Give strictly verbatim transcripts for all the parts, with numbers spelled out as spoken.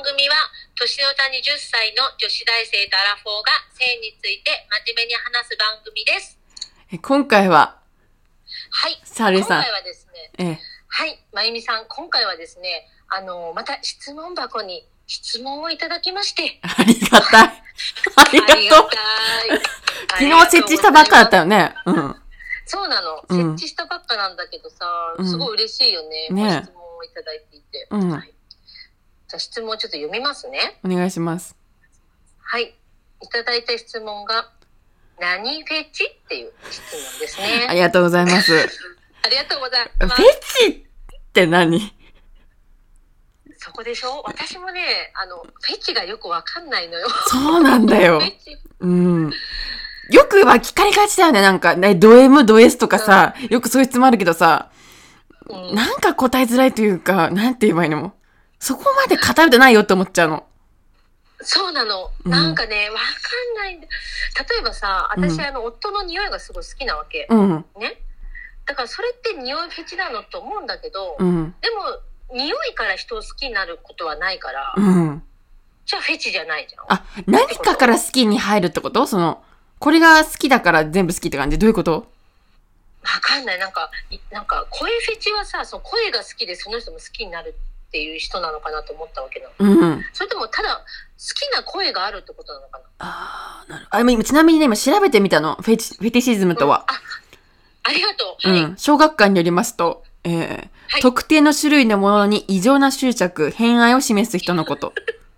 組は年の差にじゅっさいの女子大生とアラフォーが性について真面目に話す番組です。 え今回ははい、 サルさん、 今回はですね、 ええ、 はい、まゆみさん、今回はですね、あのまた質問箱に質問をいただきましてありがたいありがとう。 ありがたい昨日設置したばっかだったよね。うん。 そうなの、 うん、 設置したばっかなんだけどさ、すごい嬉しいよね、 うん、ね、 質問をいただいていて、 うん、 はい、じゃあ質問をちょっと読みますね。 お願いします。 はい、いただいた質問が何フェチっていう質問ですね。 ありがとうございます。 ありがとうございます。 フェチって何？ そこでしょ。私もね、あのフェチがよくわかんないのよ。 そうなんだよ。うん。よくは聞かれがちだよね。なんかね、ド M、ド S とかさ、うん、よくそういう質問あるけどさ、うん、なんか答えづらいというか、なんて言えばいいの？そこまで語れてないよって思っちゃうの。 そうなの。なんかね、わ、うん、かんないんだ。例えばさ、私、うん、あの夫の匂いがすごい好きなわけ。うん、ね。だからそれって匂いフェチなのと思うんだけど、うん、でも匂いから人を好きになることはないから、うん、じゃあフェチじゃないじゃん。 あ、何かから好きに入るってこと？そのこれが好きだから全部好きって感じ？どういうこと？ わかんない。なんかなんか声フェチはさ、その声が好きでその人も好きになるっていう人なのかなと思ったわけなの。うん、それともただ好きな声があるってことなのかな。 ああ、なるほど。あ、ちなみにね、今調べてみたの。フェチ、フェティシズムとは。うん、 あ、ありがとう。はい。うん、 小学館によりますと、えーはい、特定の種類のものに異常な執着、偏愛を示す人のこと。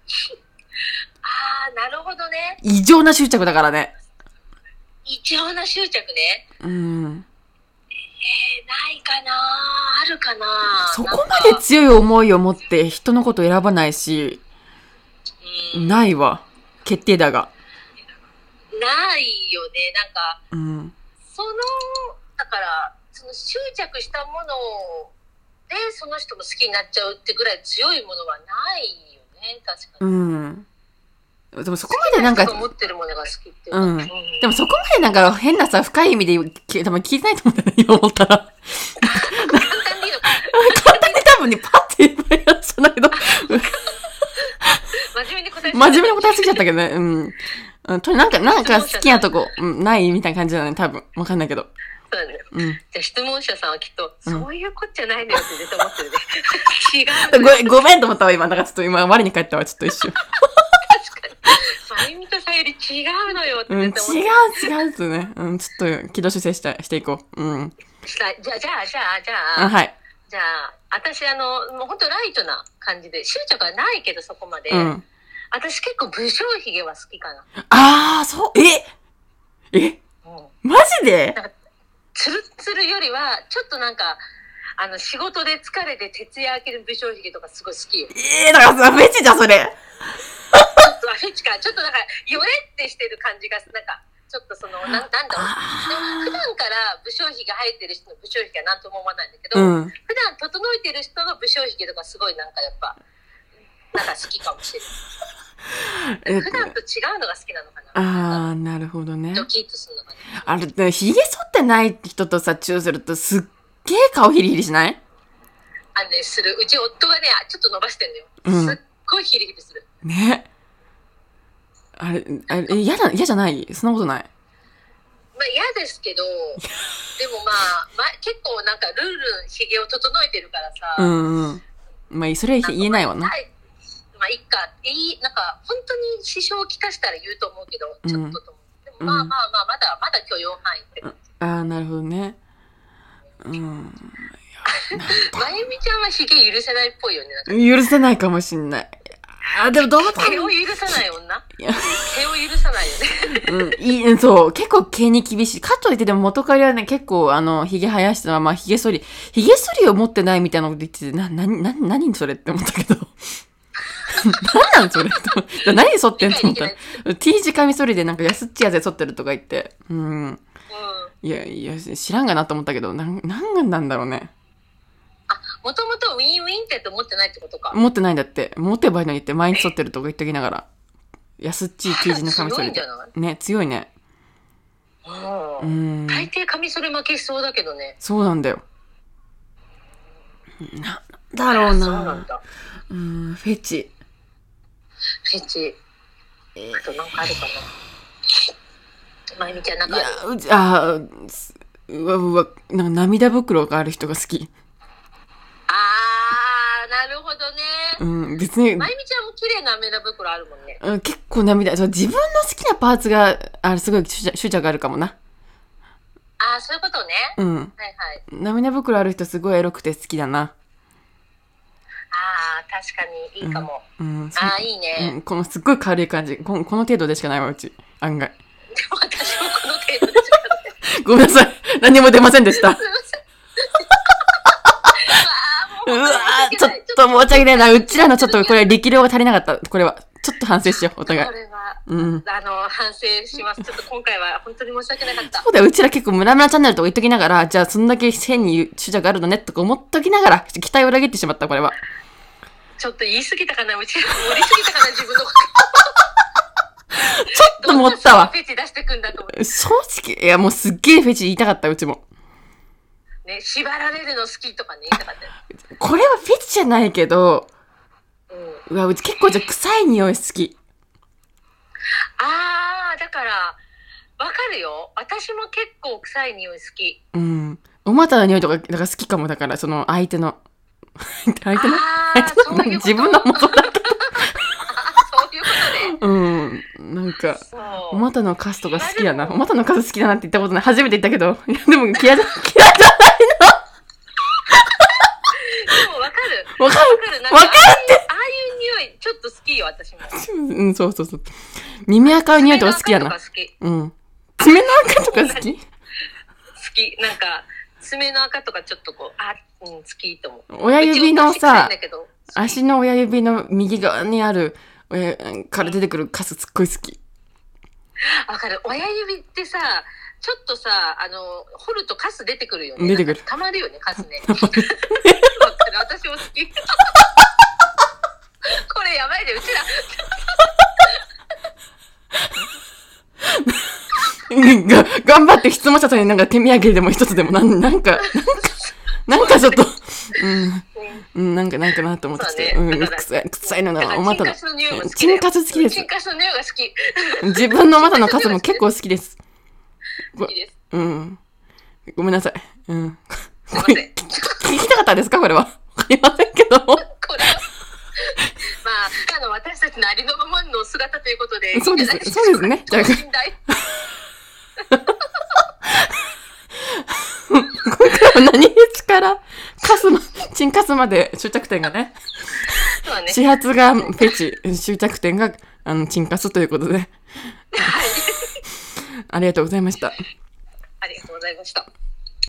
ああ、なるほどね。 異常な執着だからね。 異常な執着ね。うん。えー、ないかな、あるかな。 そこまで強い思いを持って人のことを選ばないし、うん、ないわ。決定だが。 ないよね。なんか、うん、その、だから、その執着したものでその人も好きになっちゃうってぐらい強いものはないよね。確かに。うん。 でもそこまでなんか、 持ってるものが好きっていう、 うん。うん。でもそこまでなんか変なさ、深い意味で多分聞いてないと思うんだよね、今思ったら。簡単にいいのか。 簡単に多分ね、パッて言えばいいやつだけど。 真面目に答えすぎちゃった。 真面目に答えすぎちゃったけどね。うん。うん、となんか、なんか好きなとこ、うん、ないみたいな感じだね、多分。わかんないけど。 そうだね。うん。じゃあ質問者さんはきっと、うん、そういうこっちゃないのよって絶対思ってるね。違う。 ご、ごめんと思ったわ、今。だからちょっと今、我に返ったわ、ちょっと一瞬。 確かに。まゆみとさゆり違うのよって絶対思ってる。 うん、違う、違うっすね。うん、ちょっと、軌道修正した、していこう。うん。 じゃあ、じゃあ、じゃあ、じゃあ、じゃあ。 あ、はい。 じゃあ、私、あの、もうほんとライトな感じで、執着はないけど、そこまで。うん。私結構武将髭は好きかな。 あー、そう、ええ、うん、マジで？ なんかツルツルよりはちょっとなんかあの仕事で疲れて徹夜明ける武将髭とかすごい好きよ。 ええー、だからさ、フェチじゃんそれ。 ちょっとフェチか、ちょっとなんかヨレってしてる感じがなんかちょっとそのななんだろう。普段から武将髭生えてる人の武将髭はなんとも思わないんだけど、うん、普段整えてる人の武将髭とかすごいなんかやっぱなんか好きかもしれない。普段と違うのが好きなのかな。 ああ、なるほどね。 ドキッとするのかな。 あれでひげ剃ってない人とさチューするとすっげえ顔ヒリヒリしない？ あのね、する。うち夫がねちょっと伸ばしてんのよ。うん、すっごいヒリヒリする。ね。 あれあれ嫌だ嫌じゃない？そんなことない。 まあ嫌ですけど、でもまあ、まあ、結構なんかルンルンひげを整えてるからさ。うんうん。まあそれは言えないわな。まあいいか、いい、なんか本当に支障をきたしたら言うと思うけど、ちょっとと思う。うん、でもまあまあまあまだまだ許容範囲って感じ。 ああ、なるほどね。うん。 まゆみちゃんはひげ許せないっぽいよね。なんか許せないかもしんない。あ、でもどうだろう。 毛を許さない女？毛を許さないよね。 うん、いい、そう、結構毛に厳しい。かといってでも元彼はね、結構あの、髭生やしたまま、髭剃り、髭剃りを持ってないみたいなこと言ってて、な、な、な、何それって思ったけど。何なんそれ何剃ってんのと思ったら T 字カミソリでなんか安っちいやつで剃ってるとか言って、うん、うん、いやいや知らんがなと思ったけど、なん、なんなんだろうね。 あ、もともとウィンウィンって思ってないってことか。 持ってないんだって。持ってばいいのにって毎日剃ってるとか言っときながら、安っちい T 字のカミソリで。強いんじゃない？ね、強いね。 うん。大抵カミソリ負けしそうだけどね。 そうなんだよ。な、だろうな。そうなんだ。うん、フェチ。 フェチ。 えあとなんかあるかな。まゆみちゃんなんいかある？ や、うち、あーすうわうわ、なんか涙袋がある人が好き。 あー、なるほどね。 うん、別に、 まゆみちゃんも綺麗な涙袋あるもんね。 うん、結構涙、そう自分の好きなパーツが、あれすごい執着執着あるかもな。 あー、そういうことね。 うん。 はいはい。 涙袋ある人すごいエロくて好きだな。 あー、確かにいいかも。 うん。うん、 あー、いいね。 うん、このすっごい軽い感じ。このこの程度でしかないわ、うち。案外。 私もこの程度でしかない。 ごめんなさい。何も出ませんでした。 すいません。 うわー、ちょっと申し訳ないな。うちらのちょっとこれ力量が足りなかった。これは。ちょっと反省しよう、お互い。 これは、 うん。 あの、反省します。ちょっと今回は本当に申し訳なかった。 そうだよ、うちら結構ムラムラチャンネルとか言っときながら、じゃあそんだけ変に執着あるのねとか思っときながら、期待を裏切ってしまった、これは。 ちょっと言い過ぎたかな、うちら盛りすぎたかな、自分のこと。 ちょっと思ったわ。 フェチ出してくんだと思って。 正直、いやもうすっげえフェチ言いたかった、うちも。 ね、縛られるの好きとかね、言いたかったよ。 これはフェチじゃないけど、 うん、 うわ、うち結構じゃ臭い匂い好き。 あー、だから、わかるよ。私も結構臭い匂い好き。 うん。お股の匂いとか、だから好きかも。だから、その相手の。相手のあー、 相手のそういうこと。 自分の元だけど。 そういうことで。 うん。なんか、 そう。 お股のカスとか好きだな。お股のカス好きだなって言ったことない。初めて言ったけど。いや、でも嫌じゃ、嫌じゃないの。 でもわかる。 わかる。 わかる。なんかわかるってああいう匂い、ちょっと好きよ、私も。 うん、そうそうそう。耳垢の匂いとか好きやな。うん。爪の赤とか好き？ 好き。なんか、爪の赤とかちょっとこう、あ、うん、好きと思う。 親指のさ、 足足の親指の右側にある、親から出てくるカスすっごい好き。 わかる。親指ってさ、ちょっとさ、あの、掘るとカス出てくるよね。 出てくる。 たまるよね、カスね。わかる。私も好き。これやばいで、うちら。 が頑張って質問者さんになんか手土産でも一つでもなん、なんか、なんかちょっと、うん、うん、なんかなんかなと思ってきて、うね、うん、臭い、臭いのな、お股の。チンカス好きです。 チンカスの匂いが好き。 自分の股のカスも結構好きです。 好きです。 うん。ごめんなさい。うん。 すいません。 聞きたかったですかこれは。わかりませんけど。これは。 まあ、あの、私たちのありのままの姿ということで。 そうです。そうですね。じゃあ。今回は何フェチからカスの、チンカスまで終着点がね。 そうね。 始発がフェチ、終着点が、あの、チンカスということで。はい。ありがとうございました。 ありがとうございました。